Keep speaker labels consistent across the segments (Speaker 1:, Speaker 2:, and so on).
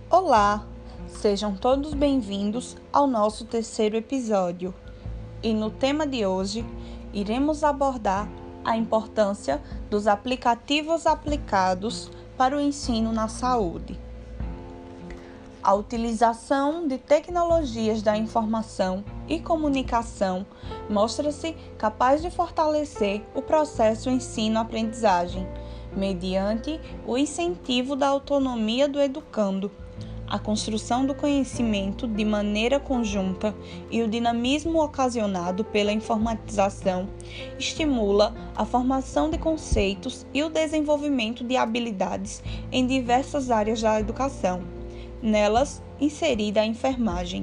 Speaker 1: Olá, sejam todos bem-vindos ao nosso terceiro episódio. E no tema de hoje, iremos abordar a importância dos aplicativos aplicados para o ensino na saúde. A utilização de tecnologias da informação e comunicação mostra-se capaz de fortalecer o processo ensino-aprendizagem, mediante o incentivo da autonomia do educando, a construção do conhecimento de maneira conjunta e o dinamismo ocasionado pela informatização estimula a formação de conceitos e o desenvolvimento de habilidades em diversas áreas da educação, nelas inserida a enfermagem.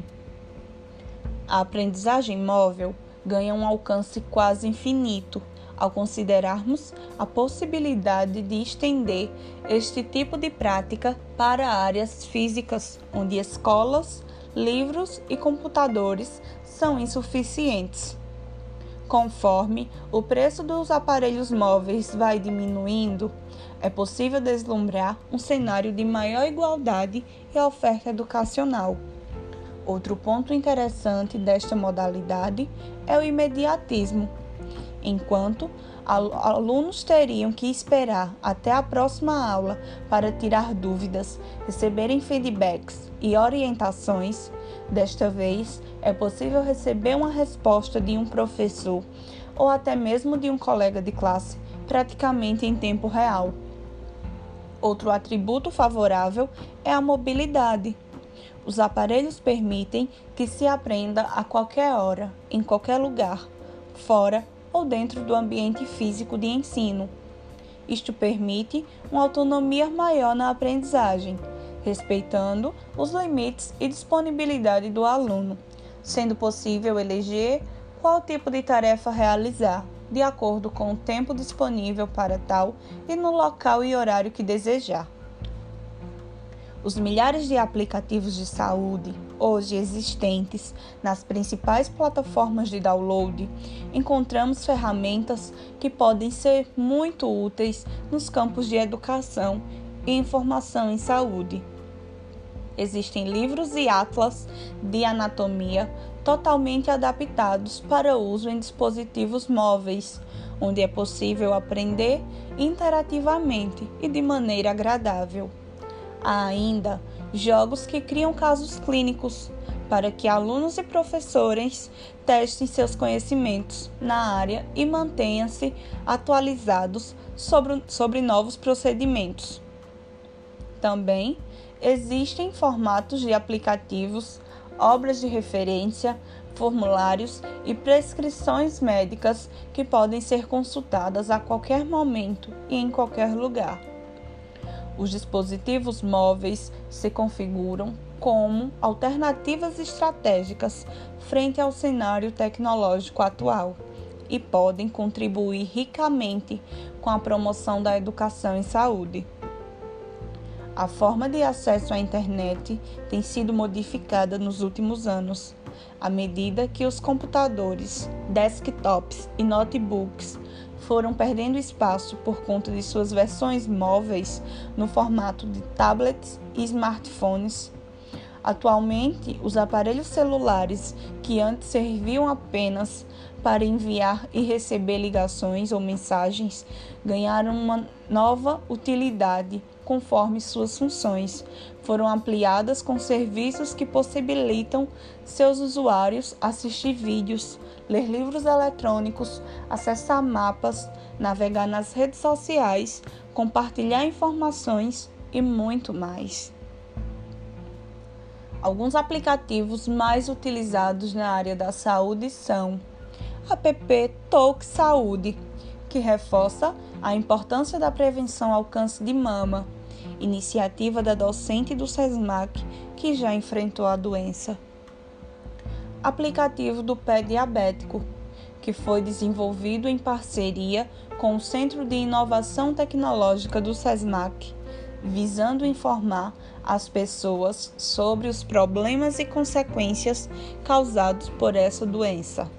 Speaker 1: A aprendizagem móvel ganha um alcance quase infinito ao considerarmos a possibilidade de estender este tipo de prática para áreas físicas, onde escolas, livros e computadores são insuficientes. Conforme o preço dos aparelhos móveis vai diminuindo, é possível deslumbrar um cenário de maior igualdade e oferta educacional. Outro ponto interessante desta modalidade é o imediatismo. Enquanto alunos teriam que esperar até a próxima aula para tirar dúvidas, receberem feedbacks e orientações, desta vez é possível receber uma resposta de um professor ou até mesmo de um colega de classe praticamente em tempo real. Outro atributo favorável é a mobilidade. Os aparelhos permitem que se aprenda a qualquer hora, em qualquer lugar, fora ou dentro do ambiente físico de ensino. Isto permite uma autonomia maior na aprendizagem, respeitando os limites e disponibilidade do aluno, sendo possível eleger qual tipo de tarefa realizar, de acordo com o tempo disponível para tal e no local e horário que desejar. Os milhares de aplicativos de saúde, hoje existentes nas principais plataformas de download, encontramos ferramentas que podem ser muito úteis nos campos de educação e informação em saúde. Existem livros e atlas de anatomia totalmente adaptados para uso em dispositivos móveis, onde é possível aprender interativamente e de maneira agradável. Há ainda jogos que criam casos clínicos para que alunos e professores testem seus conhecimentos na área e mantenham-se atualizados sobre novos procedimentos. Também existem formatos de aplicativos, obras de referência, formulários e prescrições médicas que podem ser consultadas a qualquer momento e em qualquer lugar. Os dispositivos móveis se configuram como alternativas estratégicas frente ao cenário tecnológico atual e podem contribuir ricamente com a promoção da educação em saúde. A forma de acesso à internet tem sido modificada nos últimos anos, à medida que os computadores, desktops e notebooks foram perdendo espaço por conta de suas versões móveis no formato de tablets e smartphones. Atualmente, os aparelhos celulares, que antes serviam apenas para enviar e receber ligações ou mensagens, ganharam uma nova utilidade conforme suas funções foram ampliadas com serviços que possibilitam seus usuários assistir vídeos, ler livros eletrônicos, acessar mapas, navegar nas redes sociais, compartilhar informações e muito mais. Alguns aplicativos mais utilizados na área da saúde são app Talk Saúde, que reforça a importância da prevenção ao câncer de mama, iniciativa da docente do SESMAC que já enfrentou a doença. Aplicativo do Pé Diabético, que foi desenvolvido em parceria com o Centro de Inovação Tecnológica do SESMAC, visando informar as pessoas sobre os problemas e consequências causados por essa doença.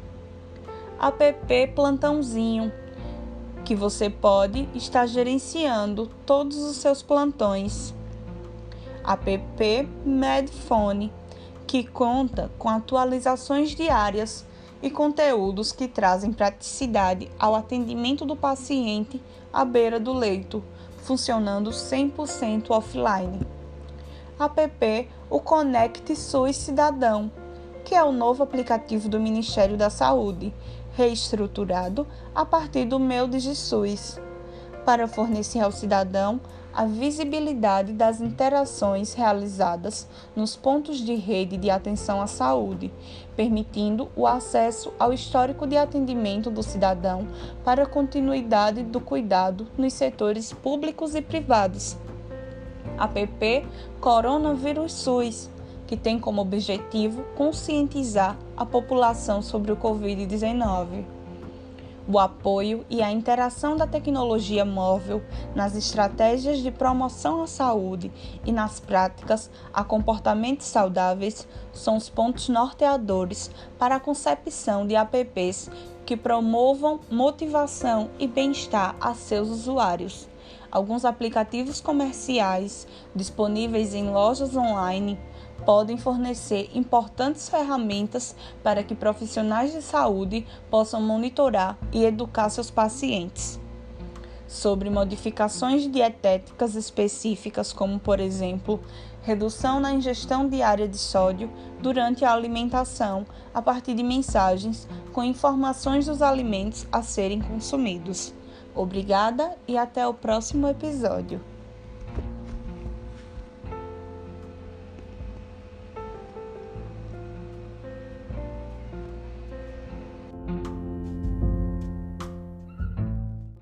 Speaker 1: App Plantãozinho, que você pode estar gerenciando todos os seus plantões. app Medfone, que conta com atualizações diárias e conteúdos que trazem praticidade ao atendimento do paciente à beira do leito, funcionando 100% offline. App o Conect SUS Cidadão, que é o novo aplicativo do Ministério da Saúde, reestruturado a partir do Meu DigiSUS, para fornecer ao cidadão a visibilidade das interações realizadas nos pontos de rede de atenção à saúde, permitindo o acesso ao histórico de atendimento do cidadão para a continuidade do cuidado nos setores públicos e privados. App Coronavírus SUS, que tem como objetivo conscientizar a população sobre o Covid-19. O apoio e a interação da tecnologia móvel nas estratégias de promoção à saúde e nas práticas a comportamentos saudáveis são os pontos norteadores para a concepção de apps que promovam motivação e bem-estar a seus usuários. Alguns aplicativos comerciais disponíveis em lojas online podem fornecer importantes ferramentas para que profissionais de saúde possam monitorar e educar seus pacientes sobre modificações dietéticas específicas, como, por exemplo, redução na ingestão diária de sódio durante a alimentação, a partir de mensagens com informações dos alimentos a serem consumidos. Obrigada e até o próximo episódio.